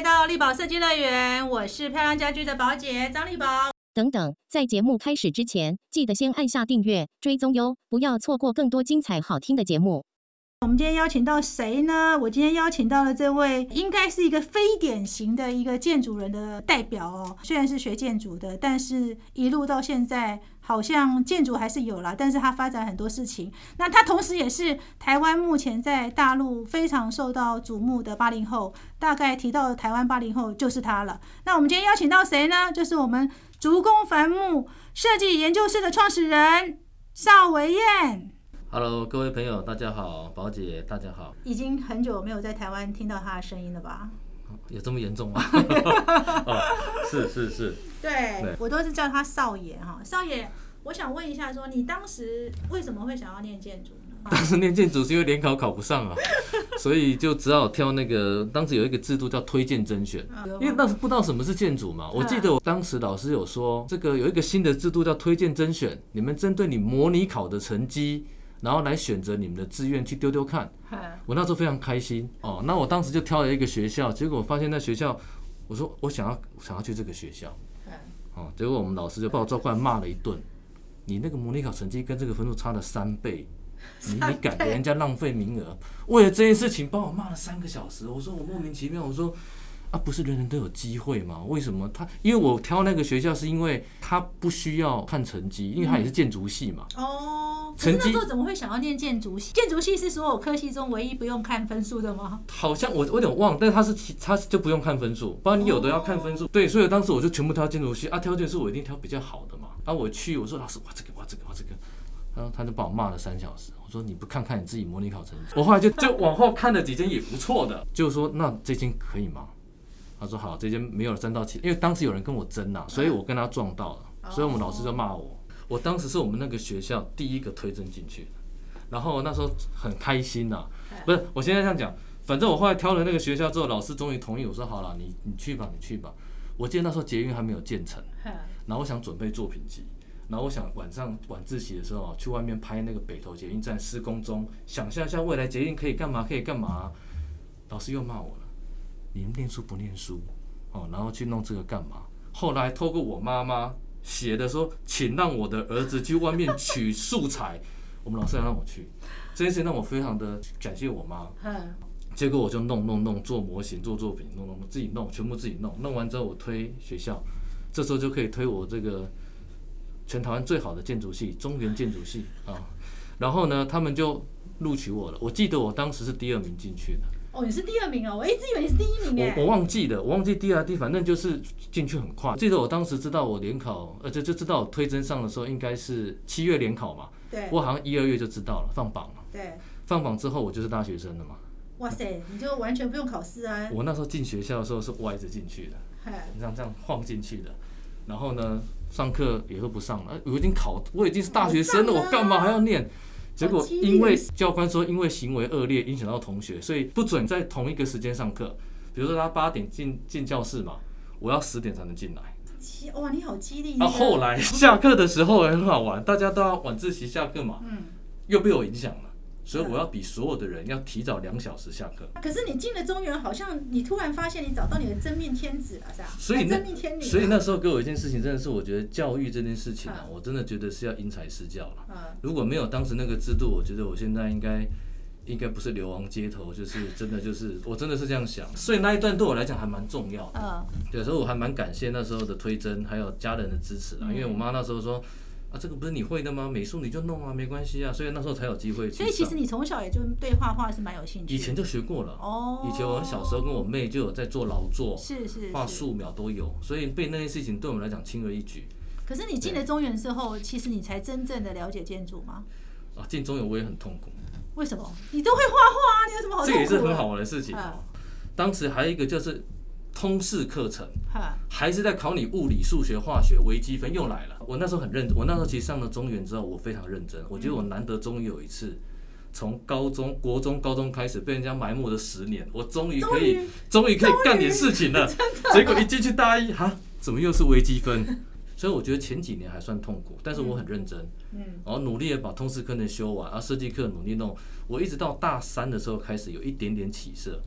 来到丽宝设计乐园，我是漂亮家居的宝姐张丽宝。 等等，在节目开始之前，记得先按下订阅、追踪哟，不要错过更多精彩好听的节目。 我们今天邀请到谁呢？我今天邀请到了这位，应该是一个非典型的一个建筑人的代表哦。虽然是学建筑的，但是一路到现在，好像建筑还是有啦，但是他发展很多事情。那他同时也是台湾目前在大陆非常受到瞩目的80后，大概提到台湾80后就是他了。那我们今天邀请到谁呢？就是我们竹工繁木设计研究室的创始人邵维燕。 Hello， 各位朋友，大家好，宝姐，大家好。 已经很久没有在台湾听到他的声音了吧？ 有这么严重吗？是。 对，我都是叫他少爷哈。少爷，我想问一下说你当时为什么会想要念建筑呢？ 当时念建筑是因为联考考不上啊，所以就只好挑那个，当时有一个制度叫推荐甄选，因为当时不知道什么是建筑嘛。我记得我当时老师有说，这个有一个新的制度叫推荐甄选，你们针对你模拟考的成绩，然后来选择你们的志愿去丢丢看。我那时候非常开心哦。那我当时就挑了一个学校，结果我发现那学校，我说我想要去这个学校，哦，结果我们老师就把我抓过来骂了一顿。你那个模拟考成绩跟这个分数差了3倍，你敢给人家浪费名额？为了这件事情把我骂了3个小时。我说我莫名其妙，我说啊，不是人人都有机会吗？为什么他？因为我挑那个学校是因为他不需要看成绩，因为他也是建筑系嘛。 哦，可是那时候怎么会想要念建筑系？建筑系是所有科系中唯一不用看分数的吗？ 好像我有点忘了，但是他就不用看分数，不然你有的要看分数。对，所以当时我就全部挑建筑系啊，挑建筑系我一定挑比较好的嘛。啊，我去，我说老师，我这个，然后他就把我骂了3小时。我说你不看看你自己模拟考成绩？我后来就往后看了几间也不错的，就说那这间可以吗？他说好，这间没有3到7，因为当时有人跟我争啊，所以我跟他撞到了，所以我们老师就骂我。我当时是我们那个学校第一个推甄进去的，然后那时候很开心呐，不是，我现在这样讲，反正我后来挑了那个学校之后，老师终于同意，我说好了，你去吧，你去吧。我记得那时候捷运还没有建成，然后我想准备作品集，然后我想晚自习的时候去外面拍那个北投捷运站施工中，想象一下未来捷运可以干嘛，老师又骂我了，你念书不念书哦，然后去弄这个干嘛？后来透过我妈妈写的说，请让我的儿子去外面取素材，我们老师要让我去，这件事情让我非常的感谢我妈。结果我就弄做模型做作品弄自己弄，全部自己弄完之后我推学校，这时候就可以推我这个全台湾最好的建筑系中原建筑系啊。然后呢，他们就录取我了。我记得我当时是第2名进去的。 哦，你是第2名哦，我一直以为你是第1名哎。 我忘记第2、第，反正就是进去很快。记得我当时知道我联考，就知道我推甄上的时候应该是7月联考嘛。 对。 我好像1、2月就知道了，放榜了。 对。 放榜之后我就是大学生了嘛。 哇塞，你就完全不用考试啊！ 我那时候进学校的时候是歪着进去的，这样晃进去的。然后呢，上课也都不上了。我已经是大学生了，我干嘛还要念？结果因为教官说，因为行为恶劣影响到同学，所以不准在同一个时间上课。比如说他8点进教室嘛，我要10点才能进来。 哇，你好激励！ 后来下课的时候也很好玩，大家都要晚自习下课嘛，又被我影响了。所以我要比所有的人要提早2小时下课。可是你进了中原，好像你突然发现你找到你的真命天子了，是吧？真命天女。 所以那时候给我一件事情，真的是我觉得教育这件事情啊，我真的觉得是要因材施教了。如果没有当时那个制度，我觉得我现在应该不是流亡街头，就是真的就是我真的是这样想。所以那一段对我来讲还蛮重要的。对，所以我还蛮感谢那时候的推甄，还有家人的支持啦。因为我妈那时候说。啊，这个不是你会的吗？美术你就弄啊，没关系啊。所以那时候才有机会去上。 所以其实你从小也就对画画是蛮有兴趣的。 以前就学过了。哦。以前我小时候跟我妹就有在做劳作， 是画素描都有，所以背那些事情对我们来讲轻而易举。 可是你进了中原之后，其实你才真正的了解建筑吗？ 啊，进中原我也很痛苦。 为什么？你都会画画啊，你有什么好痛苦的？ 这也是很好玩的事情。当时还有一个就是通识课程，还是在考你物理、数学、化学微积分又来了。我那时候很认真，我那时候其实上了中原之后，我非常认真。我觉得我难得终于有一次，从国中、高中开始被人家埋没了10年，我终于可以干点事情了。结果一进去大一，怎么又是微积分？所以我觉得前几年还算痛苦，但是我很认真，然后努力的把通识课能修完，设计课努力弄。我一直到大3的时候开始有一点点起色。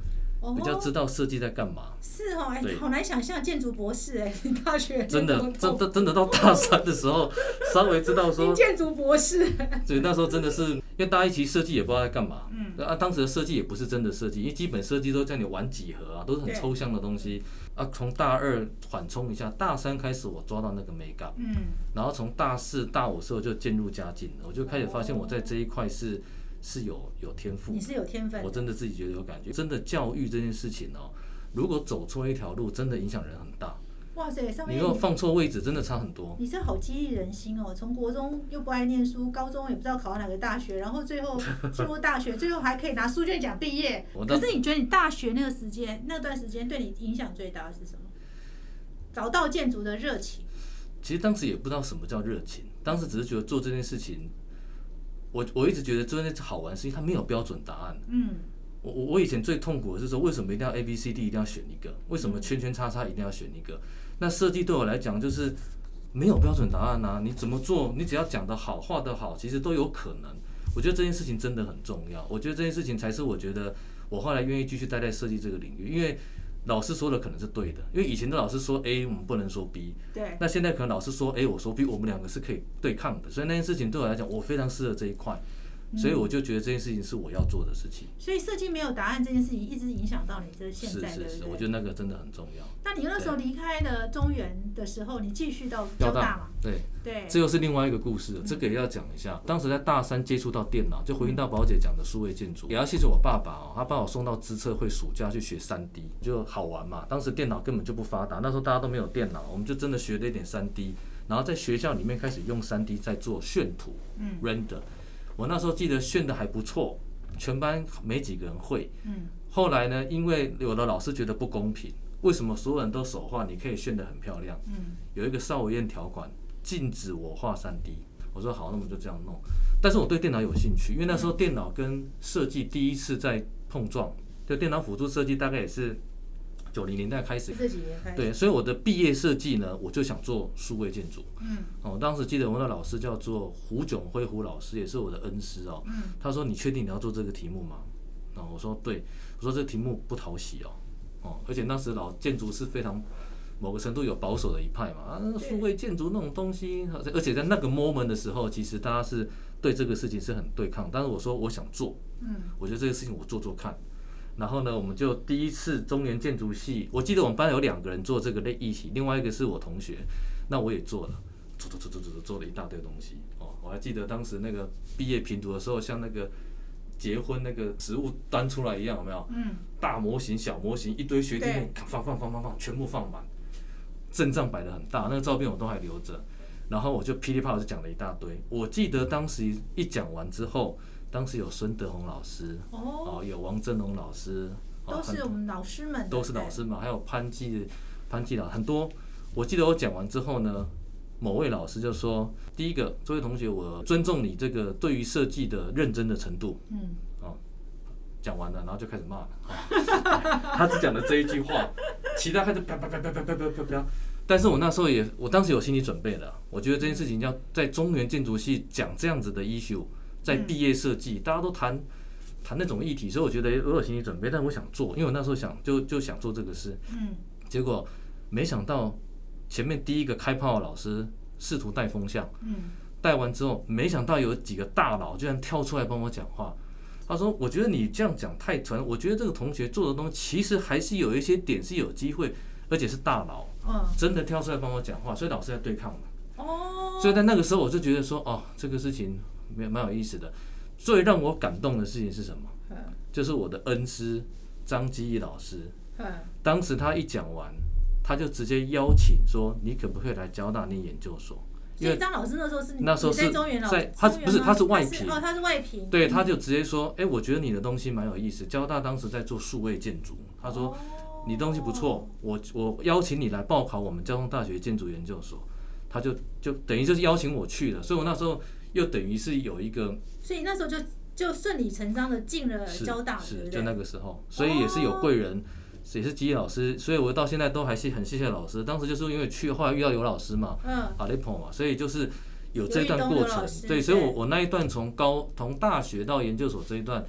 比较知道设计在干嘛。 是哦， 对好难想象建筑博士你大学真的到大三的时候，稍微知道说建筑博士。 对，那时候真的是因为大一其实设计也不知道在干嘛。当时的设计也不是真的设计，因为基本设计都叫你玩几何啊，都是很抽象的东西啊。从大二缓冲一下，大三开始我抓到那个美感，然后从大四、大五的时候就渐入佳境了，我就开始发现我在这一块是有天赋。 你是有天分的， 我真的自己觉得有感觉。真的教育这件事情如果走错一条路，真的影响人很大。 哇塞，上面你如果放错位置，真的差很多。 你这好激励人心哦！从国中又不爱念书，高中也不知道考到哪个大学，然后最后进入大学，最后还可以拿书卷奖毕业。可是你觉得你大学那段时间对你影响最大的是什么？找到建筑的热情。 其实当时也不知道什么叫热情，当时只是觉得做这件事情，我一直觉得做这件事好玩，是因为它没有标准答案。我以前最痛苦的是说，为什么一定要 A、B、C、D 一定要选一个？为什么圈圈叉叉一定要选一个？那设计对我来讲就是没有标准答案啊！你怎么做，你只要讲得好、画得好，其实都有可能。我觉得这件事情真的很重要。我觉得这件事情才是我觉得我后来愿意继续待在设计这个领域，因为老师说的可能是对的，因为以前的老师说 A， 我们不能说 B。对。那现在可能老师说 A， 我说 B， 我们两个是可以对抗的，所以那件事情对我来讲，我非常适合这一块。所以我就觉得这件事情是我要做的事情。 所以设计没有答案这件事情一直影响到你这现在，对不对？ 我觉得那个真的很重要。 那你那时候离开了中原的时候，你继续到交大嘛？ 对，这又是另外一个故事了，这个也要讲一下。当时在大三接触到电脑，就回应到宝姐讲的数位建筑，也要谢谢我爸爸他把我送到资策会暑假去学3D， 就好玩嘛。当时电脑根本就不发达，那时候大家都没有电脑，我们就真的学了一点3D， 然后在学校里面开始用3D 在做炫图，render。我那时候记得炫的还不错，全班没几个人会。后来呢，因为有的老师觉得不公平，为什么所有人都手画，你可以炫得很漂亮？有一个邵维燕条款，禁止我画3D。我说好，那我们就这样弄。但是我对电脑有兴趣，因为那时候电脑跟设计第一次在碰撞，就电脑辅助设计大概也是90年代开始， 这几年开始。 对，所以我的毕业设计呢，我就想做数位建筑。当时记得我的老师叫做胡炯辉胡老师，也是我的恩师哦。他说：“你确定你要做这个题目吗？”我说：“对。”我说：“这个题目不讨喜哦。”而且当时老建筑是非常某个程度有保守的一派嘛，数位建筑那种东西，而且在那个 moment 的时候，其实大家是对这个事情是很对抗。但是我说我想做，我觉得这个事情我做做看。然后呢，我们就第一次中原建筑系，我记得我们班有2个人做这个议题，另外一个是我同学，那我也做了，做了一大堆东西我还记得当时那个毕业评图的时候，像那个结婚那个食物端出来一样，有没有？大模型、小模型，一堆学弟妹放，全部放满，阵仗摆得很大，那个照片我都还留着。然后我就噼里啪啦就讲了一大堆。我记得当时一讲完之后。当时有孙德宏老师，有王振龙老师， 都是我们老师们， 都是老师嘛，还有潘季老很多。我记得我讲完之后呢，某位老师就说：“第一个，这位同学，我尊重你这个对于设计的认真的程度。”讲完了，然后就开始骂了。他只讲了这一句话，其他开始啪。但是我那时候我当时有心理准备了，我觉得这件事情要在中原建筑系讲这样子的 issue。在毕业设计，大家都谈那种议题，所以我觉得我有心理准备，但我想做，因为我那时候就想做这个事。结果没想到前面第一个开炮的老师试图带风向，带完之后，没想到有几个大佬居然跳出来帮我讲话。他说：“我觉得你这样讲太传，我觉得这个同学做的东西其实还是有一些点是有机会，而且是大佬，真的跳出来帮我讲话，所以老师在对抗嘛。所以在那个时候我就觉得说，这个事情。”蛮有意思的，最让我感动的事情是什么？就是我的恩师张基义老师。当时他一讲完，他就直接邀请说：“你可不可以来交大念研究所？” 因为张老师那时候是在中原他是外评他是外评。 对，他就直接说：“我觉得你的东西蛮有意思。交大当时在做数位建筑，他说你东西不错，我邀请你来报考我们交通大学建筑研究所。”他就等于就是邀请我去了，所以我那时候。又等于是有一个， 所以那时候就顺理成章的进了交大， 是就那个时候，所以也是有贵人，也是基义老师，所以我到现在都还是很谢谢老师。当时就是因为去后来遇到刘老师嘛，阿雷鹏嘛，所以就是有这段过程，对，所以我那一段从大学到研究所这一段，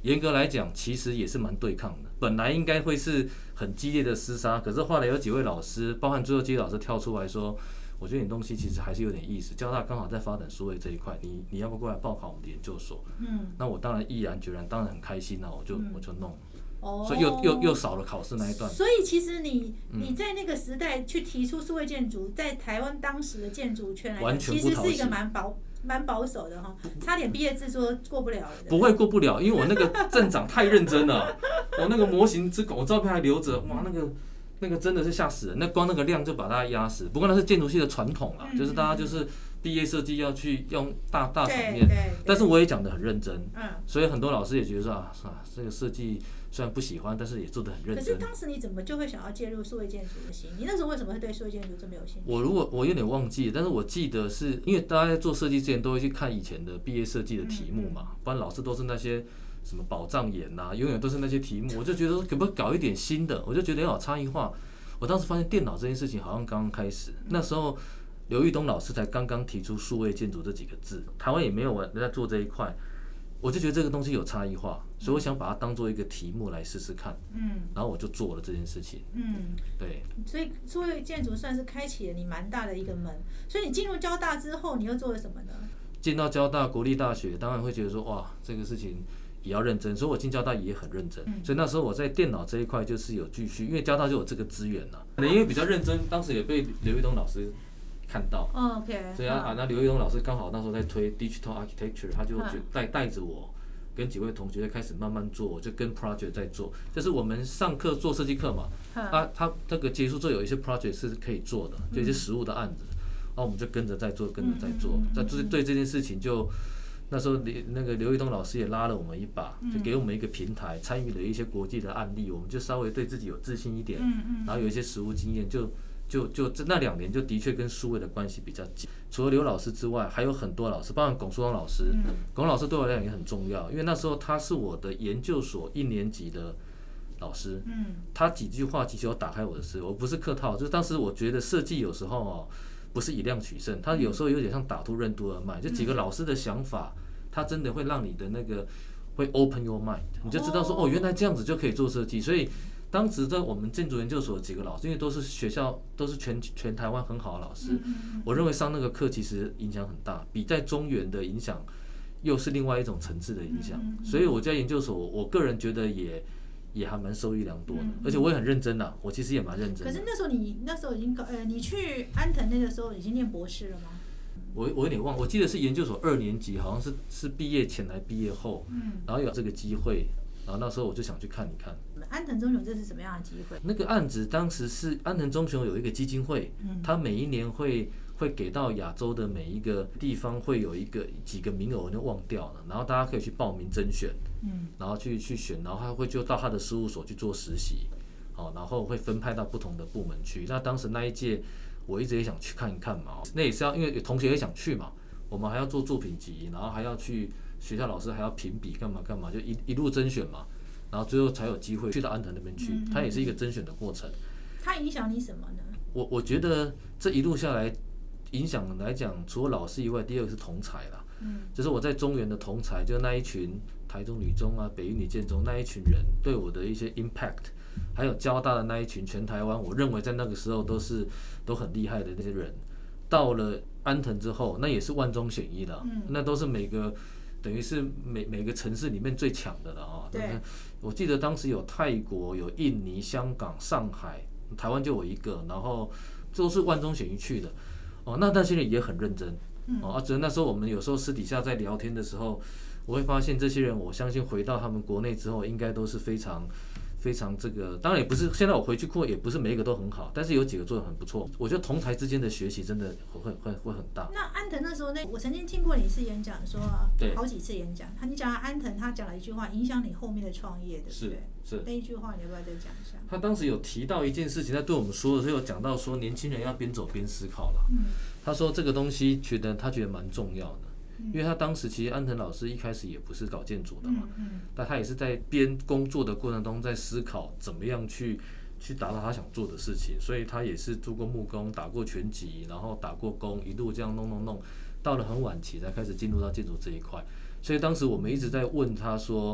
严格来讲，其实也是蛮对抗的。本来应该会是很激烈的厮杀，可是后来有几位老师，包含最后基老师跳出来说，我觉得你东西其实还是有点意思，交大刚好在发展数位这一块，你要不过来报考我们的研究所？那我当然毅然决然，当然很开心啊，我就弄。所以又少了考试那一段。 所以其实你在那个时代去提出数位建筑，在台湾当时的建筑圈来讲，其实是一个蛮保守的哈，差点毕业制作过不了了。 不会过不了，因为我那个镇长太认真了，我那个模型我照片还留着，哇，那个真的是吓死人，那光那个量就把大家压死。不过那是建筑系的传统啦，就是大家就是毕业设计要去用大场面，但是我也讲得很认真，所以很多老师也觉得说这个设计虽然不喜欢，但是也做得很认真。 可是当时你怎么就会想要介入数位建筑的心？你那时候为什么会对数位建筑这么有兴趣？ 我有点忘记了，但是我记得是因为大家在做设计之前都会去看以前的毕业设计的题目嘛，不然老师都是那些什么宝藏眼呐，永远都是那些题目。我就觉得可不可以搞一点新的？我就觉得要有差异化。我当时发现电脑这件事情好像刚刚开始，那时候刘玉东老师才刚刚提出数位建筑这几个字，台湾也没有人在做这一块。我就觉得这个东西有差异化，所以我想把它当做一个题目来试试看。然后我就做了这件事情。对。所以数位建筑算是开启了你蛮大的一个门。所以你进入交大之后，你又做了什么呢？ 进到交大国立大学，当然会觉得说，哇，这个事情也要认真，所以我进交大也很认真。所以那时候我在电脑这一块就是有继续，因为交大就有这个资源了。因为比较认真，当时也被刘玉东老师看到，所以那刘玉东老师刚好那时候在推 digital architecture， 他就带着我跟几位同学开始慢慢做，我就跟 project 在做，就是我们上课做设计课嘛，他这个结束之后有一些 project 是可以做的，就一些实务的案子，然后我们就跟着在做，那就是对这件事情就那时候那个刘玉东老师也拉了我们一把，就给我们一个平台，参与了一些国际的案例，我们就稍微对自己有自信一点，然后有一些实务经验就那2年就的确跟数位的关系比较紧。除了刘老师之外，还有很多老师，包括龚书芳老师。龚老师对我来讲也很重要，因为那时候他是我的研究所1年级的老师。他几句话其实有打开我的视野，我不是客套，就是当时我觉得设计有时候不是以量取胜，他有时候有点像打出任督二脉，就几个老师的想法，他真的会让你的那个会 open your mind， 你就知道说原来这样子就可以做设计，所以。当时在我们建筑研究所几个老师，因为都是学校都是全台湾很好的老师，我认为上那个课其实影响很大，比在中原的影响又是另外一种层次的影响。所以我在研究所，我个人觉得也还蛮受益良多的，而且我也很认真啦，我其实也蛮认真的。 可是那时候已经你去安藤那个时候已经念博士了吗？ 我有点忘，我记得是研究所2年级，好像是毕业前还毕业后，然后有这个机会。然后那时候我就想去看一看安藤忠雄这是什么样的机会？ 那个案子当时是安藤忠雄有一个基金会，他每一年会给到亚洲的每一个地方会有几个名额，我就忘掉了。然后大家可以去报名甄选，然后去选，然后他会就到他的事务所去做实习，然后会分派到不同的部门去。那当时那一届我一直也想去看一看嘛，那也是因为有同学也想去嘛，我们还要做作品集，然后还要去。学校老师还要评比干嘛，就一路甄选嘛，然后最后才有机会去到安藤那边去。它也是一个甄选的过程。 它影响你什么呢？ 我觉得这一路下来，影响来讲，除了老师以外，第二个是同才啦。就是我在中原的同才，就那一群台中女中啊、北一女建中那一群人对我的一些 impact， 还有交大的那一群全台湾，我认为在那个时候都很厉害的那些人，到了安藤之后，那也是万中选一的，那都是等于是每个城市里面最强的了啊！对，我记得当时有泰国、有印尼、香港、上海，台湾就我一个，然后都是万中选一去的。那些人也很认真。只是那时候我们有时候私底下在聊天的时候，我会发现这些人，我相信回到他们国内之后，应该都是非常这个，当然也不是，现在我回去过也不是每一个都很好，但是有几个做得很不错。我觉得同台之间的学习真的会很大。 那安藤那时候我曾经听过你一次演讲说，好几次演讲，你讲安藤他讲了一句话，影响你后面的创业，对不对？是。那一句话你要不要再讲一下？ 他当时有提到一件事情，他对我们说的时候有讲到说，年轻人要边走边思考了。他说这个东西他觉得蛮重要的。因为他当时其实安藤老师一开始也不是搞建筑的嘛，但他也是在边工作的过程中在思考怎么样去达到他想做的事情，所以他也是做过木工、打过拳击，然后打过工，一路这样弄，到了很晚期才开始进入到建筑这一块。所以当时我们一直在问他说，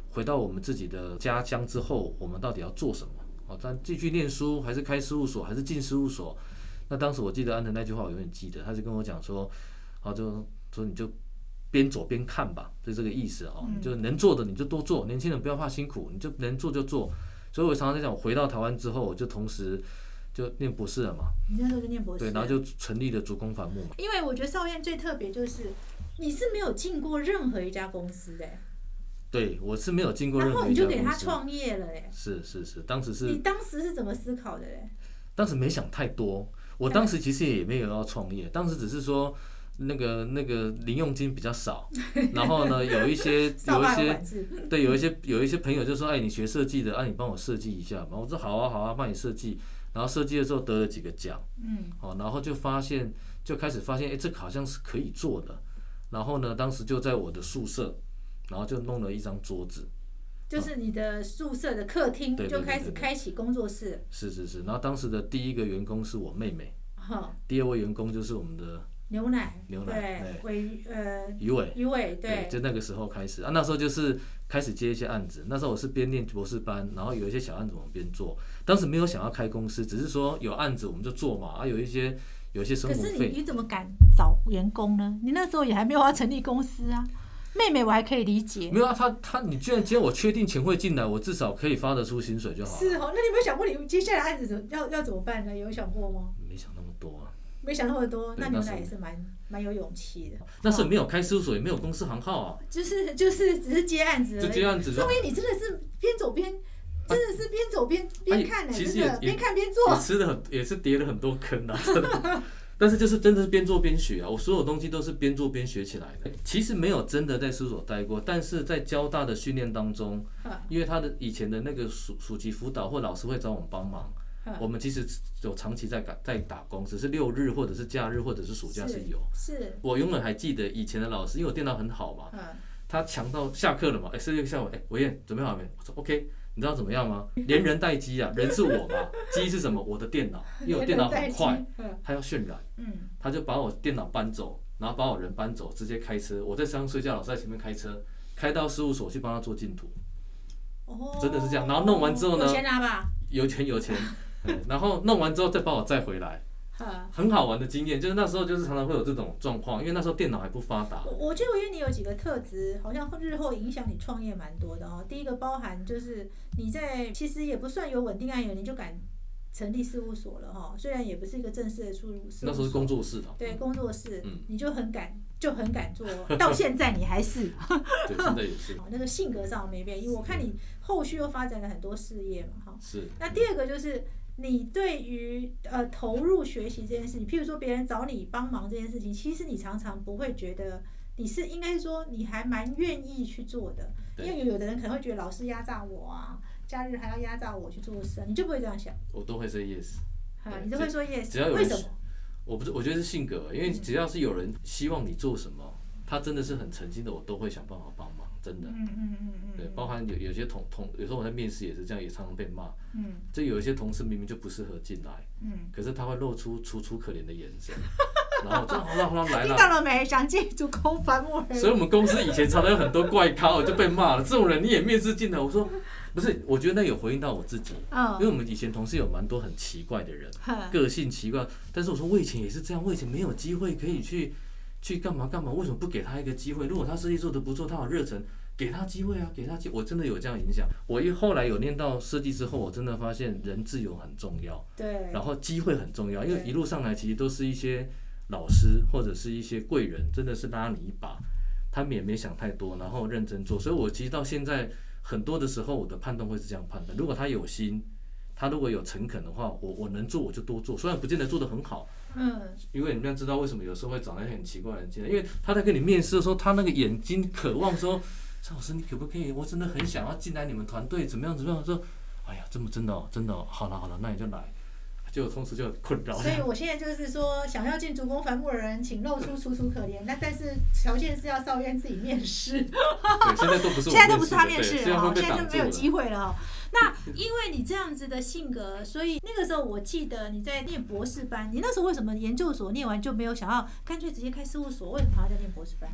回到我们自己的家乡之后，我们到底要做什么？咱继续念书，还是开事务所，还是进事务所？那当时我记得安藤那句话，我永远记得，他就跟我讲说，就说你就边走边看吧，就这个意思哦。你就能做的你就多做，年轻人不要怕辛苦，你就能做就做。所以我常常在讲，我回到台湾之后，我就同时就念博士了嘛。 你那时候就念博士， 对，然后就成立了竹工帆木嘛。 因为我觉得少燕最特别就是你是没有进过任何一家公司的。 对，我是没有进过任何一家公司。 然后你就给他创业了嘞。 是，当时是。 你当时是怎么思考的嘞？ 当时没想太多，我当时其实也没有要创业，当时只是说那个零用金比较少，然后呢有一些对有一些朋友就说，哎，你学设计的，你帮我设计一下嘛。我说好啊，帮你设计。然后设计的时候得了几个奖，然后就开始发现，哎，这个好像是可以做的。然后呢，当时就在我的宿舍。然后就弄了一张桌子， 就是你的宿舍的客厅就开始开启工作室。 是，然后当时的第一个员工是我妹妹，第二位员工就是我们的牛奶， 对， 鱼尾， 对，就那个时候开始那时候就是开始接一些案子。那时候我是边念博士班，然后有一些小案子我们边做。当时没有想要开公司，只是说有案子我们就做嘛，有一些生活费。 可是你怎么敢找员工呢？你那时候也还没有要成立公司啊。妹妹我还可以理解， 没有你既然我确定钱会进来，我至少可以发得出薪水就好了。 是那你有没有想过你接下来案子要怎么办呢？有想过吗？ 没想那么多啊。 没想那么多，那牛奶也是蛮有勇气的。 那时候没有开事务所，也没有公司行号啊。 就是只是接案子而已。就接案子。说明你真的是边走边，真的是边走边看的，真的边看边做。 也是跌了很多坑啊，真的。但是就是真的是边做边学啊，我所有东西都是边做边学起来的。其实没有真的在事务所待过，但是在交大的训练当中，因为他的以前的那个暑期辅导或老师会找我们帮忙，我们其实有长期在打工，只是6日或者是假日或者是暑假是有。 是。我永远还记得以前的老师，因为我电脑很好嘛，他强到下课了嘛，设计下午，伟燕准备好没？我说 OK。你知道怎么样吗？连人带机啊，人是我嘛，机是什么？我的电脑，因为我电脑很快，他要渲染，他就把我电脑搬走，然后把我人搬走，直接开车，我在车上睡觉，老师在前面开车，开到事务所去帮他做竞图，真的是这样。然后弄完之后呢， 有钱拿吧？ 有钱，然后弄完之后再把我载回来。很好玩的经验，就是那时候就是常常会有这种状况，因为那时候电脑还不发达。 我觉得因为你有几个特质，好像日后影响你创业蛮多的哦。第一个包含就是你其实也不算有稳定案源，你就敢成立事务所了哈。虽然也不是一个正式的事务所， 那时候是工作室的。 对，工作室，你就很敢做，到现在你还是。 对，现在也是。 那个性格上没变，因为我看你后续又发展了很多事业嘛哈。 是。 那第二个就是。你对于投入学习这件事情，譬如说别人找你帮忙这件事情，其实你常常不会觉得你是应该说你还蛮愿意去做的，因为有的人可能会觉得老师压榨我啊，假日还要压榨我去做事，你就不会这样想。 我都会说 yes。 你都会说 yes。 只要有人， 为什么？ 我觉得是性格，因为只要是有人希望你做什么，他真的是很诚心的，我都会想办法帮忙。真的，对，包含有些有时候我在面试也是这样，也常常被骂，就有一些同事明明就不适合进来，可是他会露出楚楚可怜的眼神，然后好了来了， 听到了没？想进竹工帆木人。 所以我们公司以前常常有很多怪咖，我就被骂了，这种人你也面试进来？我说不是，我觉得那有回应到我自己，因为我们以前同事有蛮多很奇怪的人，个性奇怪，但是我说我以前也是这样，我以前没有机会可以去干嘛，为什么不给他一个机会？如果他设计做得不错，他有热忱，给他机会啊，给他机会。我真的有这样影响。我后来有念到设计之后，我真的发现人自由很重要， 对， 然后机会很重要，因为一路上来其实都是一些老师或者是一些贵人，真的是拉你一把，他们也没想太多，然后认真做。所以我其实到现在很多的时候，我的判断会是这样判断：如果他有心，他如果有诚恳的话，我能做我就多做，虽然不见得做得很好。因为你们要知道为什么有时候会找那些很奇怪的人进来，因为他在跟你面试的时候，他那个眼睛渴望说：“邵老师，你可不可以？我真的很想要进来你们团队，怎么样？”说：“哎呀，真的哦，好了，那你就来。”结果同时就很困扰。 所以我现在就是说，想要进竹工帆木的人，请露出楚楚可怜。但是条件是要邵燕自己面试。 对，现在都不是我面试的， 现在都不是他面试了，现在就没有机会了。那因为你这样子的性格，所以那个时候我记得你在念博士班，你那时候为什么研究所念完就没有想要干脆直接开事务所？为什么还要再念博士班？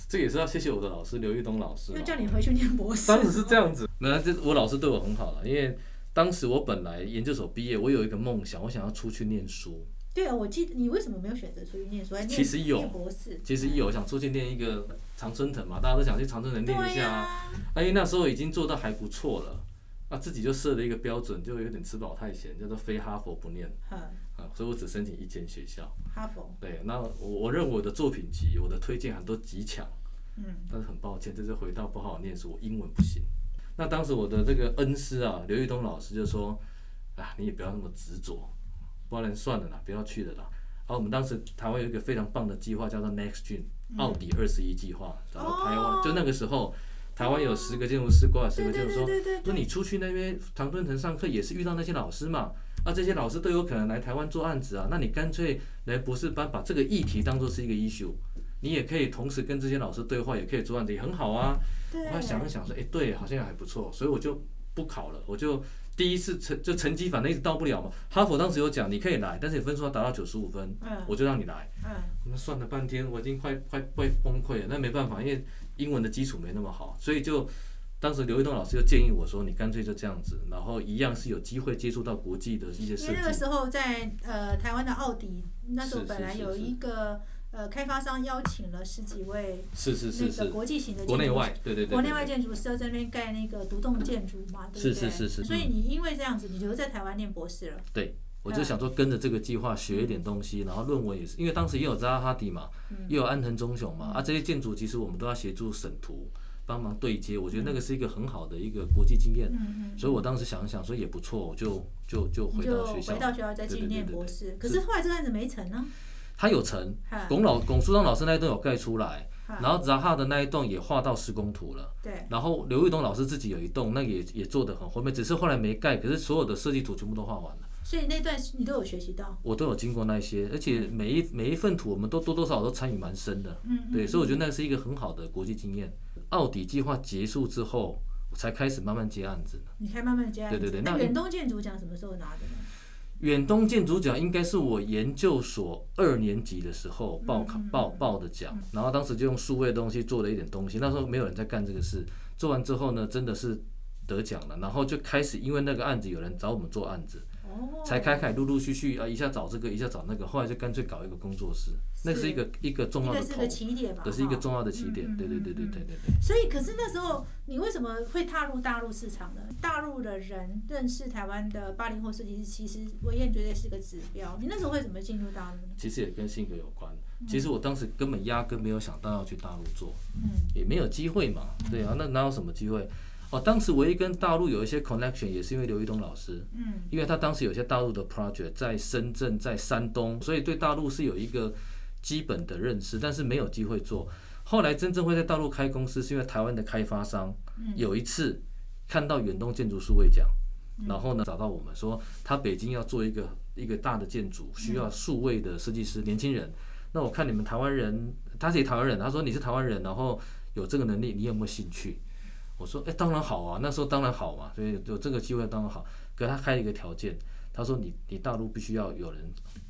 这也是要谢谢我的老师刘玉东老师， 又叫你回去念博士。 当时是这样子，那这我老师对我很好了，因为当时我本来研究所毕业，我有一个梦想，我想要出去念书。 对啊，我记得你为什么没有选择出去念书？ 其实有念博士， 其实有想出去念一个常春藤嘛，大家都想去常春藤念一下啊。因为那时候已经做到还不错了，自己就设了一个标准，就有点吃饱太闲，叫做非哈佛不念。所以我只申请一间学校。 哈佛。 对，那我认为我的作品集、我的推荐函都极强。但是很抱歉，这次回到不好好念书，我英文不行。那当时我的这个恩师啊，刘玉东老师就说：“你也不要那么执着，不然算了啦，不要去了啦。”我们当时台湾有一个非常棒的计划，叫做 Next Gen 奥迪21计划，找到台湾，就那个时候。台湾有10个建筑师，挂10个建筑师说你出去那边常春藤上课也是遇到那些老师嘛，这些老师都有可能来台湾做案子啊，那你干脆来博士班把这个议题当作是一个 issue， 你也可以同时跟这些老师对话，也可以做案子，也很好啊。我还想一想说，对，好像还不错，所以我就不考了，我就第一次就成绩反正一直到不了嘛。哈佛当时有讲你可以来，但是你分数要达到95分，我就让你来。那算了半天，我已经快崩溃了，那没办法，因为英文的基础没那么好，所以就当时刘玉东老师就建议我说，你干脆就这样子，然后一样是有机会接触到国际的一些设计。 因为那个时候在台湾的奥迪，那时候本来有一个开发商邀请了10几位那个国际型的建筑师， 国内外对国内外建筑师要在那边盖那个独栋建筑嘛，对不对？是。所以你因为这样子，你留在台湾念博士了。对。 我就想说跟着这个计划学一点东西，然后论文也是，因为当时也有扎哈迪嘛，也有安藤忠雄嘛，这些建筑其实我们都要协助审图，帮忙对接，我觉得那个是一个很好的一个国际经验，所以我当时想一想说也不错，我就回到学校， 再继续念博士。可是后来这个案子没成呢？ 他有成，龚书章老师那一栋有盖出来，然后扎哈的那一栋也画到施工图了， 对， 然后刘玉东老师自己有一栋，那个也做得很后面，只是后来没盖，可是所有的设计图全部都画完了。 所以那段你都有学习到， 我都有经过那些，而且每一份图我们都多多少少都参与蛮深的，对，所以我觉得那是一个很好的国际经验。奥迪计划结束之后，我才开始慢慢接案子。 你才慢慢接案子。 对。 那远东建筑奖什么时候拿的呢？ 远东建筑奖应该是我研究所2年级的时候报的奖，然后当时就用数位的东西做了一点东西，那时候没有人在干这个事，做完之后呢，真的是得奖了，然后就开始因为那个案子有人找我们做案子。才开陆陆续续一下找这个，一下找那个，后来就干脆搞一个工作室，那是一个重要的头， 是个起点嘛， 这是一个重要的起点，对。 所以，可是那时候你为什么会踏入大陆市场呢？大陆的人认识台湾的80后设计师，其实文彦绝对是个指标。你那时候会怎么进入大陆呢？ 其实也跟性格有关。其实我当时根本压根没有想到要去大陆做，也没有机会嘛，对啊，那哪有什么机会？当时唯一跟大陆有一些 connection 也是因为刘玉东老师，因为他当时有些大陆的 project 在深圳、在山东，所以对大陆是有一个基本的认识，但是没有机会做。后来真正会在大陆开公司，是因为台湾的开发商有一次看到远东建筑数位奖，然后呢找到我们说他北京要做一个大的建筑，需要数位的设计师，年轻人。那我看你们台湾人，他是台湾人，他说你是台湾人，然后有这个能力，你有没有兴趣？我说，当然好啊，那时候当然好嘛，所以有这个机会当然好。可是他开了一个条件，他说你大陆必须要有人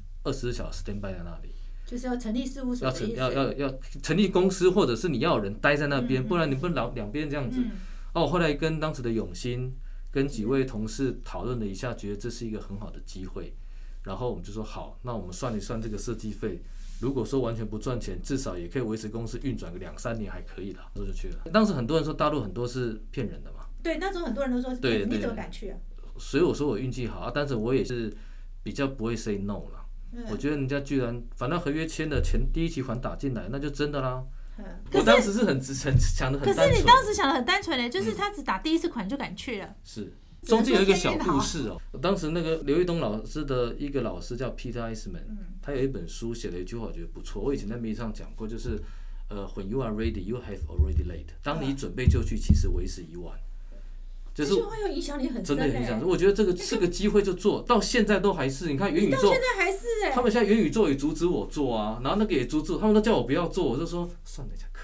24小时 stand by 在那里， 就是要成立事务所的意思， 要成立公司，或者是你要有人待在那边，不然你不能两边这样子。我后来跟当时的永兴跟几位同事讨论了一下，觉得这是一个很好的机会，然后我们就说好，那我们算一算这个设计费。如果说完全不赚钱，至少也可以维持公司运转个2-3年还可以了，我就去了。当时很多人说大陆很多是骗人的嘛， 对，那时候很多人都说是骗人，你怎么敢去啊？ 所以我说我运气好，但是我也是比较不会 say no 了。我觉得人家居然反正合约签的钱第一期款打进来，那就真的啦。我当时是很想的很单纯。 可是你当时想的很单纯的，就是他只打第一次款就敢去了。 是。中间有一个小故事当时那个刘玉东老师的一个老师叫 Peter Eisman，他有一本书写了一句话，我觉得不错。我以前在媒体上讲过，就是when you are ready, you have already late。当你准备就绪，其实为时已晚。 就是这句话有影响力很深， 真的影响。我觉得这个是个机会就做，到现在都还是。你看元宇宙， 到现在还是他们现在元宇宙也阻止我做啊，然后那个也阻止，他们都叫我不要做，我就说算了，可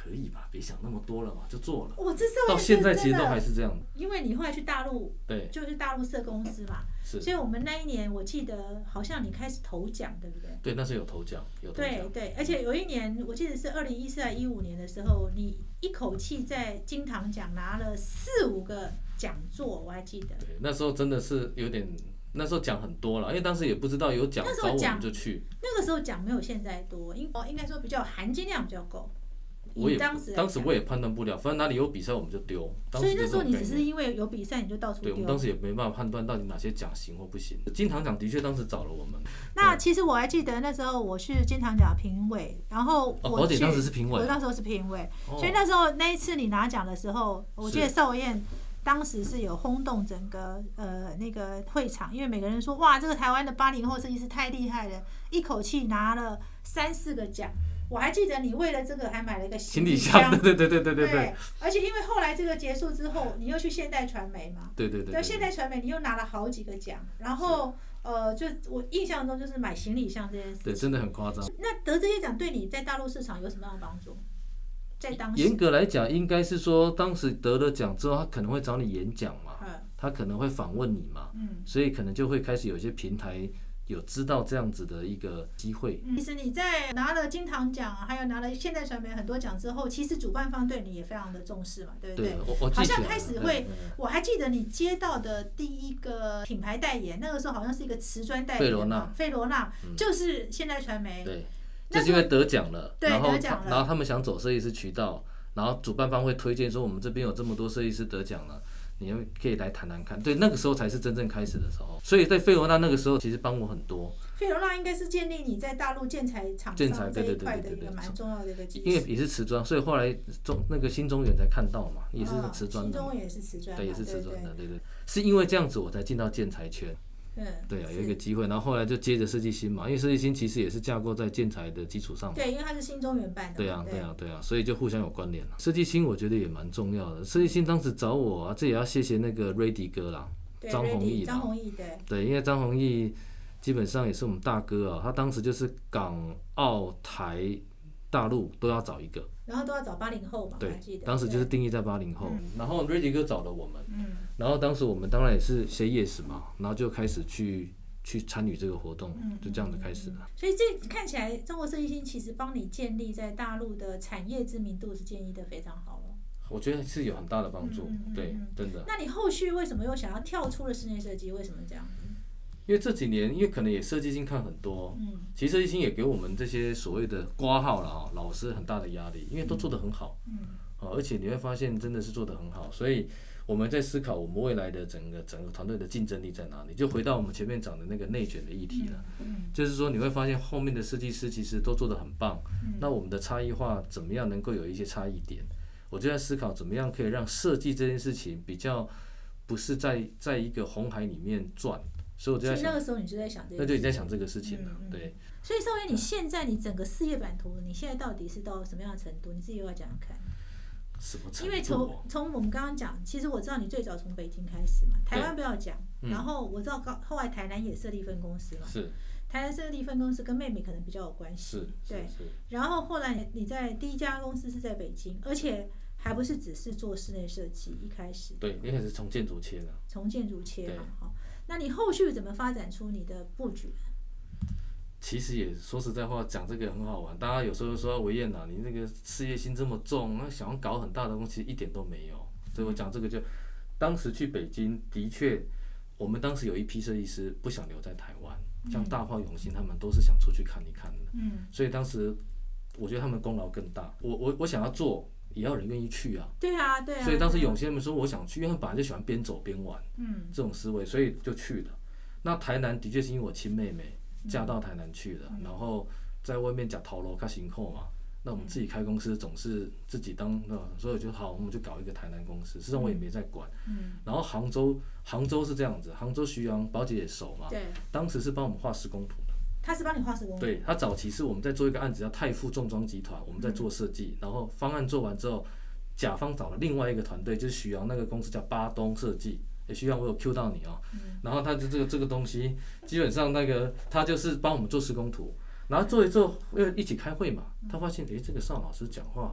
可以吧，别想那么多了嘛，就做了。 我这时候到现在其实都还是这样的。 因为你后来去大陆， 对， 就是大陆设公司嘛，所以我们那一年我记得好像你开始投奖，对不对？ 对，那是有投奖，有投奖。 对，而且有一年我记得是2014还15年的时候，你一口气在金堂奖拿了4、5个讲座，我还记得。 对，那时候真的是有点。那时候讲很多了，因为当时也不知道有奖找我们就去。 那个时候讲没有现在多，应该说比较含金量比较够。当时我也判断不了，反正哪里有比赛我们就丢。 所以那时候你只是因为有比赛你就到处丢。 对，我们当时也没办法判断到底哪些奖行或不行。金堂奖的确当时找了我们。 那其实我还记得那时候我是金堂奖评委，然后宝姐当时是评委， 我那时候是评委，所以那时候那一次你拿奖的时候，我记得邵文燕。当时是有轰动整个那个会场，因为每个人说哇，这个台湾的80后设计师太厉害了，一口气拿了3、4个奖。我还记得你为了这个还买了一个行李箱，对。而且因为后来这个结束之后，你又去现代传媒嘛，对，现代传媒你又拿了好几个奖，然后就我印象中就是买行李箱这件事情， 对，真的很夸张。 那得这些奖对你在大陆市场有什么样的帮助？ 严格来讲，应该是说，当时得了奖之后，他可能会找你演讲嘛，他可能会访问你嘛，所以可能就会开始有些平台有知道这样子的一个机会。 其实你在拿了金堂奖，还有拿了现代传媒很多奖之后，其实主办方对你也非常的重视嘛，对不对？ 对，我记起来了， 好像开始会，我还记得你接到的第一个品牌代言，那个时候好像是一个瓷砖代言嘛，费罗纳，就是现代传媒。 对。就是因为得奖了，然后他们想走设计师渠道，然后主办方会推荐说我们这边有这么多设计师得奖了，你可以来谈谈看。对，那个时候才是真正开始的时候。所以在费罗纳那个时候，其实帮我很多。 费罗纳应该是建立你在大陆建材厂商这一块的一个蛮重要的一个基础。 因为也是瓷砖，所以后来那个新中原才看到嘛，也是瓷砖的。 新中原也是瓷砖， 对，也是瓷砖的，对。是因为这样子我才进到建材圈。对啊，有一个机会，然后后来就接着设计新嘛，因为设计新其实也是架构在建材的基础上。 对，因为它是新中原办的。 对啊，所以就互相有关联了。设计新我觉得也蛮重要的，设计新当时找我啊，这也要谢谢那个 Ready 哥啦，张弘毅对，因为张弘毅基本上也是我们大哥啊，他当时就是港澳台大陆都要找一个。 然后都要找80后嘛， 对，当时就是定义在80后。然后 Ready 哥找了我们，然后当时我们当然也是 say yes 嘛，然后就开始去参与这个活动，就这样子开始了。 所以这看起来，中国设计新其实帮你建立在大陆的产业知名度是建立的非常好了。 我觉得是有很大的帮助，对，真的。 那你后续为什么又想要跳出了室内设计？为什么这样？ 因为这几年，因为可能也设计新看很多，其实设计新也给我们这些所谓的挂号了啊，老师很大的压力，因为都做得很好，而且你会发现真的是做得很好，所以我们在思考我们未来的整个团队的竞争力在哪里，就回到我们前面讲的那个内卷的议题了，就是说你会发现后面的设计师其实都做得很棒，那我们的差异化怎么样能够有一些差异点？我就在思考怎么样可以让设计这件事情比较不是在一个红海里面转。所以我就在想， 那个时候你就在想这个， 那就你在想这个事情了，对。 所以邵元，你现在你整个事业版图，你现在到底是到什么样的程度？你自己要讲讲看。 什么程度？ 因为从我们刚刚讲，其实我知道你最早从北京开始嘛，台湾不要讲，然后我知道后来台南也设立分公司嘛， 是。 台南设立分公司跟妹妹可能比较有关系，对。然后后来你在第一家公司是在北京，而且还不是只是做室内设计，一开始。 对，一开始从建筑切了。 从建筑切嘛，好。那你后续怎么发展出你的布局？ 其实也说实在话，讲这个很好玩。大家有时候说维燕啊，你那个事业心这么重，那想要搞很大的东西一点都没有。所以我讲这个就，当时去北京的确，我们当时有一批设计师不想留在台湾，像大炮、永兴他们都是想出去看一看的。所以当时我觉得他们功劳更大。我想要做。也要人愿意去啊， 对啊， 所以当时永兴他们说我想去，因为他们本来就喜欢边走边玩，这种思维，所以就去了。那台南的确是因为我亲妹妹嫁到台南去了，然后在外面讲头路较辛苦嘛，那我们自己开公司总是自己当，所以我就好，我们就搞一个台南公司。实际上我也没在管。然后杭州是这样子，杭州徐阳宝姐也熟嘛，当时是帮我们画施工图。 他是帮你画施工图。 对，他早期是我们在做一个案子叫泰富重装集团，我们在做设计，然后方案做完之后，甲方找了另外一个团队，就是徐阳那个公司叫巴东设计。徐阳我有 Q 到你哦，然后他就这个东西，基本上那个他就是帮我们做施工图，然后做一做，一起开会嘛，他发现这个邵老师讲话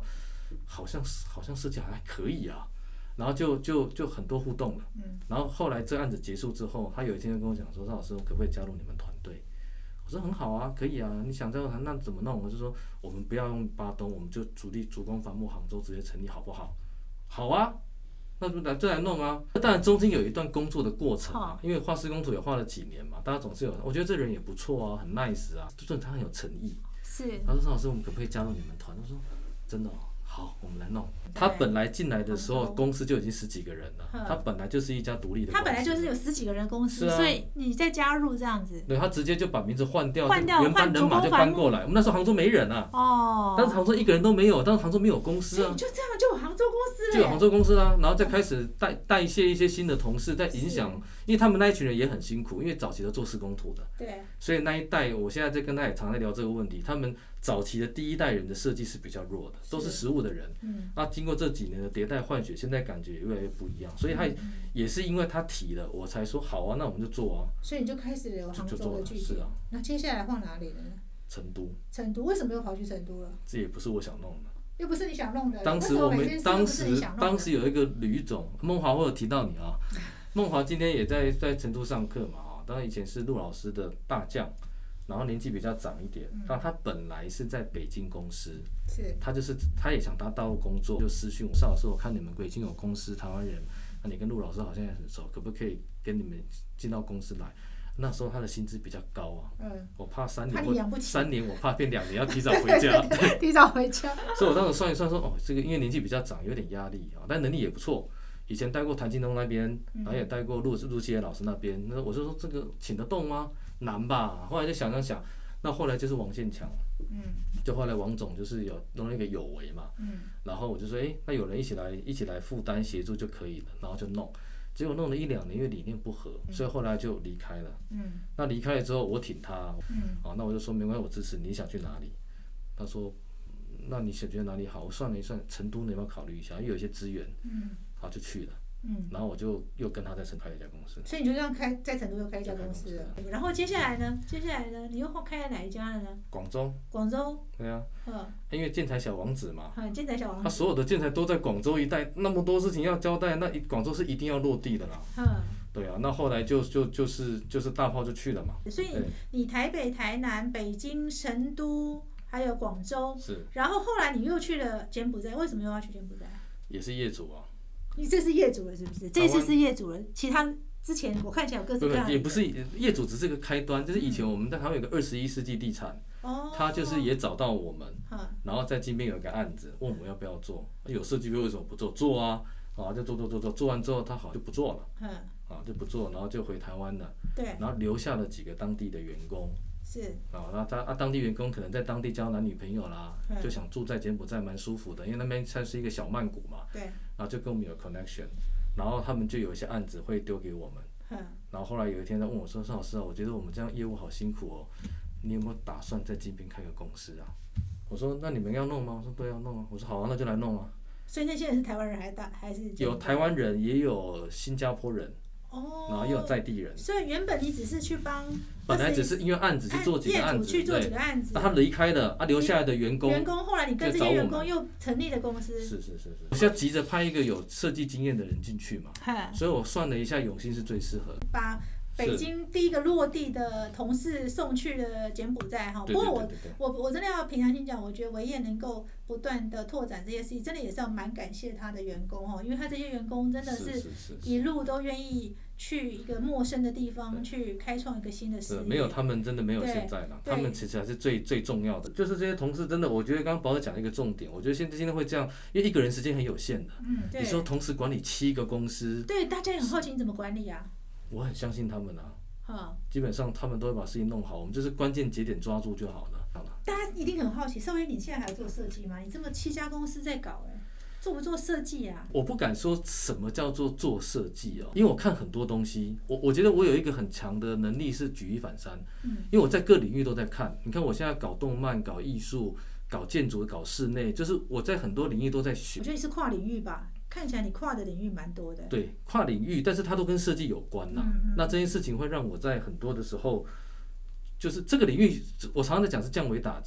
好像设计还可以啊，然后就很多互动了。然后后来这案子结束之后，他有一天就跟我讲说，赵老师，我可不可以加入你们团队？我说很好啊，可以啊，你想加入团那怎么弄？我就说我们不要用巴东，我们就主攻伐木杭州直接成立好不好？好啊。那就来弄啊！当然中间有一段工作的过程啊，因为画施工图也画了几年嘛，大家总是有，我觉得这人也不错啊，很 nice 啊，就是他很有诚意。 是。 他说：“张老师，我们可不可以加入你们团？”我说：“真的哦，好，我们来弄。”他本来进来的时候，公司就已经10几个人了，他本来就是一家独立的公司。他本来就是有10几个人公司，所以你再加入这样子。 对，他直接就把名字换掉，原班人马就搬过来。我们那时候杭州没人啊，当时杭州一个人都没有，当时杭州没有公司啊。 所以就这样就有杭州公司了。 就有杭州公司啦，然后再开始代谢一些新的同事，在影响，因为他们那一群人也很辛苦，因为早期都做施工图的， 对， 所以那一代，我现在在跟他也常在聊这个问题，他们早期的第一代人的设计是比较弱的，都是实务的人，那经过这几年的迭代换血，现在感觉越来越不一样，所以他也是因为他提了，我才说好啊，那我们就做啊， 所以你就开始有杭州的据点， 是啊， 那接下来换哪里了呢？ 成都。 成都为什么又跑去成都了？ 这也不是我想弄的。 又不是你想弄的。 当时有一个吕总，梦华我有提到你啊，梦华今天也在成都上课嘛啊，当然以前是陆老师的大将，然后年纪比较长一点，那他本来是在北京公司，他也想到大陆工作，就私讯我，邵老师，我看你们北京有公司，台湾人，那你跟陆老师好像也很熟，可不可以跟你们进到公司来？那时候他的薪资比较高啊，我怕3年我怕变2年要提早回家， 提早回家。 所以我当时算一算说，哦，这个因为年纪比较长，有点压力啊，但能力也不错。以前待过谭金东那边，然后也待过陆基野老师那边，那我就说这个请得动吗？难吧。后来就想，那后来就是王建强，就后来王总就是有弄了一个有为嘛，然后我就说，那有人一起来负担协助就可以了，然后就弄。结果弄了1、2年，因为理念不合，所以后来就离开了。那离开了之后，我挺他，那我就说没关系，我支持你，想去哪里？他说，那你想觉得哪里好？我算了一算，成都你要不要考虑一下？因为有一些资源，好就去了。然后我就又跟他在成都开了一家公司。 所以你就这样在成都又开一家公司了。然后接下来呢？你又开了哪一家了呢？ 广州。对啊。因为建材小王子嘛。 建材小王子。 他所有的建材都在广州一带，那么多事情要交代，那广州是一定要落地的啦。对啊，那后来就是大炮就去了嘛。 所以你台北、台南、北京、成都还有广州， 是。 然后后来你又去了柬埔寨，为什么又要去柬埔寨？ 也是业主啊。 你这是业主了是不是？这次是业主了，其他之前我看起来有各式各样的。 也不是业主，只是个开端。就是以前我们在台湾有个21世纪地产，他就是也找到我们，然后在金边有一个案子，问我们要不要做，有设计费为什么不做？做啊，就做完之后他好就不做了，就不做，然后就回台湾了， 对， 然后留下了几个当地的员工。 是那当地员工可能在当地交男女朋友啦，就想住在柬埔寨蛮舒服的，因为那边算是一个小曼谷嘛， 对， 然后就跟我们有 connection， 然后他们就有一些案子会丢给我们，然后后来有一天他问我说，邵老师啊，我觉得我们这样业务好辛苦哦，你有没有打算在金边开个公司啊？我说那你们要弄吗？我说对，要弄啊。我说好啊，那就来弄啊。 所以那些人是台湾人还是？ 有台湾人，也有新加坡人。然后也有在地人， 所以原本你只是去帮， 本来只是因为案子去做几个案子， 对， 那他离开了，留下来的员工后来你跟这些员工又成立了公司， 是，我现在急着派一个有设计经验的人进去嘛，所以我算了一下，永兴是最适合的。 把北京第一个落地的同事送去了柬埔寨哈，不过我真的要凭良心讲，我觉得维业能够不断的拓展这些事情，真的也是要蛮感谢他的员工哈，因为他这些员工真的是一路都愿意去一个陌生的地方去开创一个新的事业。 没有他们真的没有现在了，他们其实还是最重要的。就是这些同事真的，我觉得刚刚宝儿讲了一个重点，我觉得今天会这样，因为一个人时间很有限的，你说同时管理7个公司， 对，大家也很好奇你怎么管理啊？ 我很相信他们啊，基本上他们都会把事情弄好，我们就是关键节点抓住就好了。 大家一定很好奇，少威，你现在还有做设计吗？你这么7家公司在搞，做不做设计啊？ 我不敢说什么叫做做设计哦，因为我看很多东西，我觉得我有一个很强的能力是举一反三，因为我在各领域都在看。你看我现在搞动漫、搞艺术、搞建筑、搞室内，就是我在很多领域都在学。 我觉得你是跨领域吧？看起来你跨的领域蛮多的。 对，跨领域，但是它都跟设计有关呐。那这件事情会让我在很多的时候，就是这个领域，我常常在讲是降维打击。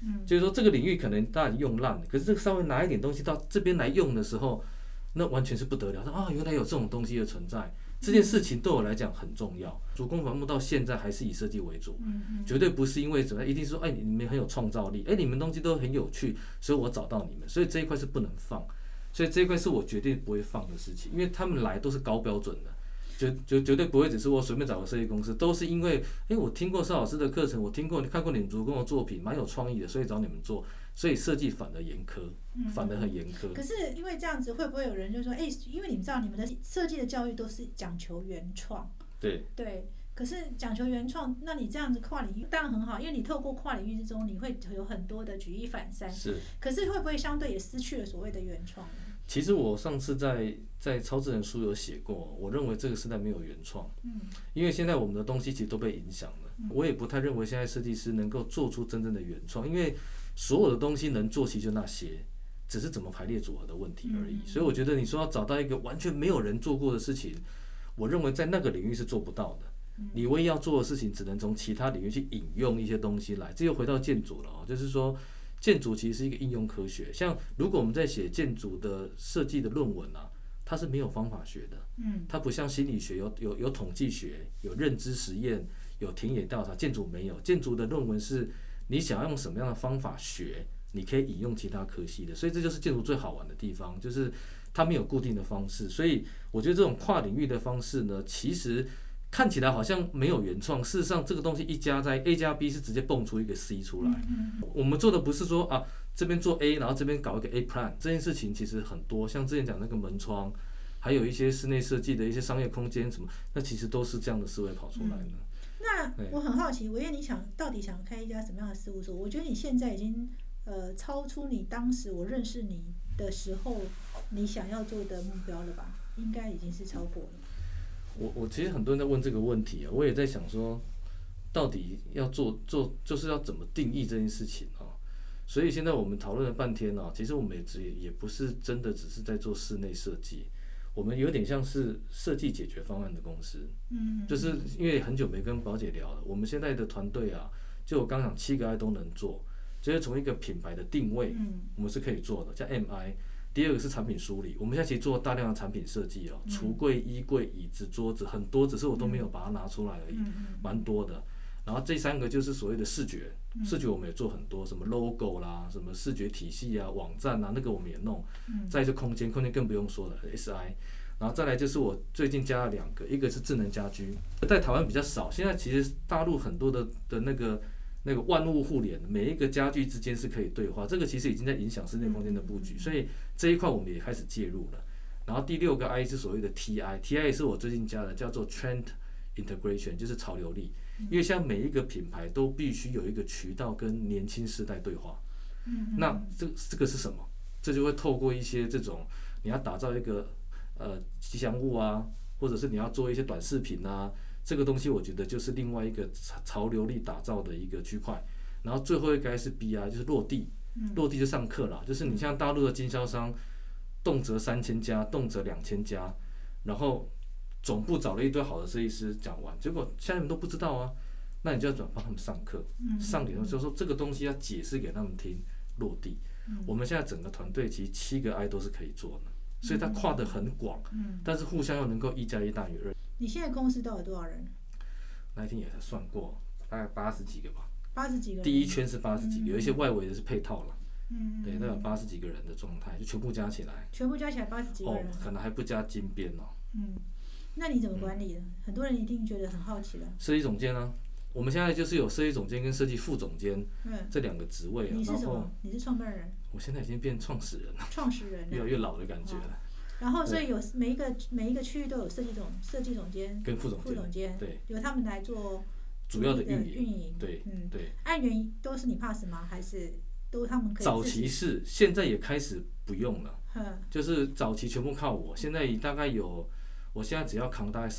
就是说这个领域可能大家用烂了，可是这个稍微拿一点东西到这边来用的时候，那完全是不得了。啊，原来有这种东西的存在，这件事情对我来讲很重要。主攻伐木到现在还是以设计为主，绝对不是因为怎么样，一定是说，哎，你们很有创造力，哎，你们东西都很有趣，所以我找到你们，所以这一块是不能放，所以这一块是我绝对不会放的事情，因为他们来都是高标准的。绝对不会只是我随便找个设计公司，都是因为，我听过邵老师的课程，我看过你们主攻的作品，蛮有创意的，所以找你们做，所以设计反而严苛，反而很严苛。 可是因为这样子，会不会有人就说，因为你们知道你们的设计的教育都是讲求原创， 对。 可是讲求原创，那你这样子跨领域当然很好，因为你透过跨领域之中，你会有很多的举一反三。 是。 可是会不会相对也失去了所谓的原创呢？ 其实我上次在超智能书有写过，我认为这个时代没有原创，因为现在我们的东西其实都被影响了。我也不太认为现在设计师能够做出真正的原创，因为所有的东西能做其实就那些，只是怎么排列组合的问题而已。所以我觉得你说要找到一个完全没有人做过的事情，我认为在那个领域是做不到的。你唯一要做的事情，只能从其他领域去引用一些东西来。这又回到建筑了哦，就是说。建筑其实是一个应用科学，像如果我们在写建筑的设计的论文啊，它是没有方法学的，它不像心理学有统计学，有认知实验，有田野调查，建筑没有。建筑的论文是你想要用什么样的方法学，你可以引用其他科系的，所以这就是建筑最好玩的地方，就是它没有固定的方式。所以我觉得这种跨领域的方式呢，其实看起来好像没有原创，事实上这个东西一加在 A 加 B 是直接蹦出一个 C 出来。我们做的不是说啊这边做 A， 然后这边搞一个 A plan， 这件事情其实很多，像之前讲那个门窗，还有一些室内设计的一些商业空间什么，那其实都是这样的思维跑出来的。 那我很好奇，维燕，你到底想开一家什么样的事务所？我觉得你现在已经超出你当时我认识你的时候你想要做的目标了吧？应该已经是超过了。 我其实很多人在问这个问题啊，我也在想说，到底要做就是要怎么定义这件事情啊？所以现在我们讨论了半天啊，其实我们也不是真的只是在做室内设计，我们有点像是设计解决方案的公司。就是因为很久没跟宝姐聊了，我们现在的团队啊，就我刚讲7个 I 都能做，就是从一个品牌的定位，我们是可以做的，叫 MI。第二个是产品梳理，我们现在其实做大量的产品设计哦，橱柜、衣柜、椅子、桌子很多，只是我都没有把它拿出来而已，蛮多的。然后这3个就是所谓的视觉，视觉我们也做很多，什么 logo 啦，什么视觉体系啊、网站啊，那个我们也弄。再就空间更不用说了 ，SI。然后再来就是我最近加了2个，一个是智能家居，在台湾比较少，现在其实大陆很多的那个万物互联，每一个家具之间是可以对话，这个其实已经在影响室内空间的布局，所以这一块我们也开始介入了。然后第6个 I 是所谓的 TI 也是我最近加的，叫做 Trend Integration， 就是潮流力。因为像每一个品牌都必须有一个渠道跟年轻世代对话。那这个是什么？这就会透过一些这种你要打造一个吉祥物啊，或者是你要做一些短视频啊。这个东西我觉得就是另外一个潮流力打造的一个区块，然后最后一个是 BI， 就是落地，落地就上课啦，就是你像大陆的经销商，动辄3000家，动辄2000家，然后总部找了一堆好的设计师讲完，结果下面都不知道啊，那你就要怎么帮他们上课，上点就是说这个东西要解释给他们听，落地。我们现在整个团队其实7个 I 都是可以做的，所以它跨得很广，但是互相又能够1加1大于2。 你现在公司都有多少人？ 那天也才算过，大概80几个吧。 80几个人。 第一圈是80几个，有一些外围的是配套了。对，大概80几个人的状态，就全部加起来。 全部加起来80几个人。 可能还不加金边哦。 那你怎么管理的？很多人一定觉得很好奇了。 设计总监啊，我们现在就是有设计总监跟设计副总监这2个职位啊。 你是什么？你是创办人？ 我现在已经变创始人了。 创始人。 越来越老的感觉了。 然后，所以有每一个区域都有设计总监跟副总监，对， 由他们来做主要的运营， 对，对。 案源都是你 pass 吗？还是都他们可以？ 早期是，现在也开始不用了，就是早期全部靠我，现在大概有，我现在只要扛大概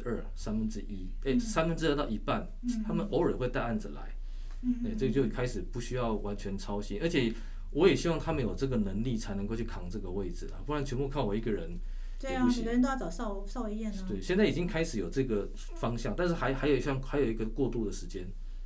1/3、1/3， 2/3到一半，他们偶尔会带案子来，这就开始不需要完全操心，而且。我也希望他们有这个能力才能够去扛这个位置啊，不然全部靠我一个人对啊，每个人都要找邵一燕啊。 对，现在已经开始有这个方向，但是还有一个过渡的时间。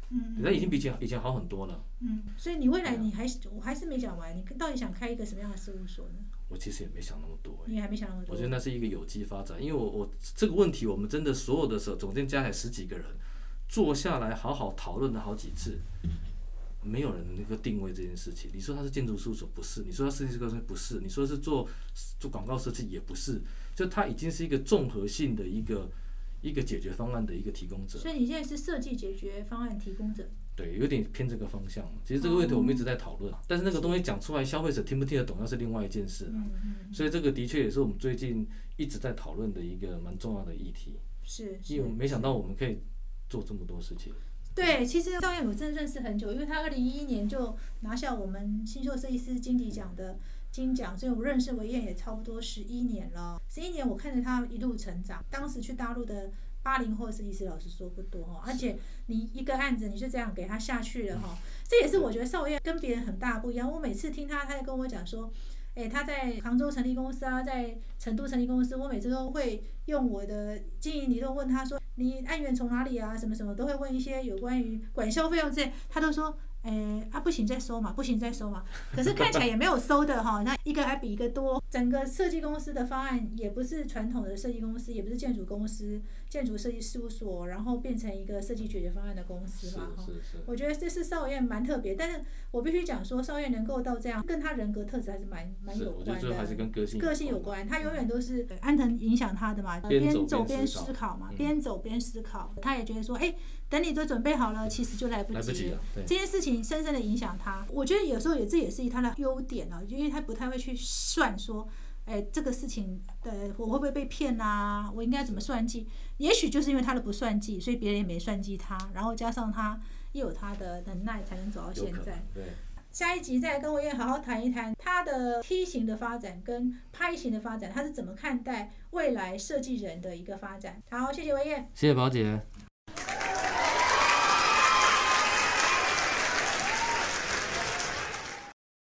那已经比以前好很多了。 所以你未来我还是没讲完，你到底想开一个什么样的事务所呢？ 我其实也没想那么多， 你还没想那么多。 我觉得那是一个有机发展，因为我这个问题，我们真的所有的总监加起来10几个人坐下来好好讨论了好几次，没有人能够定位这件事情。你说他是建筑事务所，不是；你说他设计师公司，不是；你说是做广告设计，也不是。就它已经是一个综合性的一个解决方案的一个提供者。 所以你现在是设计解决方案提供者。对， 有点偏这个方向。其实这个问题我们一直在讨论，但是那个东西讲出来，消费者听不听得懂，那是另外一件事。所以这个的确也是我们最近一直在讨论的一个蛮重要的议题。 是。 因为没想到我们可以做这么多事情。 对，其实邵燕我真的认识很久，因为他2011年就拿下我们新秀设计师金笛奖的金奖，所以我认识维燕也差不多11年了。11年我看着他一路成长，当时去大陆的80后设计师老实说不多哈，而且你一个案子你就这样给他下去了哈，这也是我觉得邵燕跟别人很大不一样。我每次听他在跟我讲说，他在杭州成立公司啊，在成都成立公司，我每次都会用我的经营理论问他说，你案源从哪里啊？什么什么都会问一些有关于管销费用这些，他都说。不行再收嘛，不行再收嘛。可是看起来也没有收的哈，那一个还比一个多。整个设计公司的方案也不是传统的设计公司，也不是建筑公司、建筑设计事务所，然后变成一个设计解决方案的公司嘛哈。我觉得这是邵燕蛮特别，但是我必须讲说，邵燕能够到这样，跟他人格特质还是蛮有关的。 我觉得最后还是跟个性有关。他永远都是安藤影响他的嘛，边走边思考嘛，边走边思考。他也觉得说，等你都准备好了，其实就来不及了。这件事情深深的影响他。我觉得有时候这也是他的优点哦，因为他不太会去算说，这个事情我会不会被骗啊？我应该怎么算计？也许就是因为他的不算计，所以别人也没算计他，然后加上他又有他的能耐，才能走到现在。 对。 下一集再跟维燕好好谈一谈他的梯形的发展跟拍型的发展，他是怎么看待未来设计人的一个发展。好，谢谢维燕， 谢谢宝姐。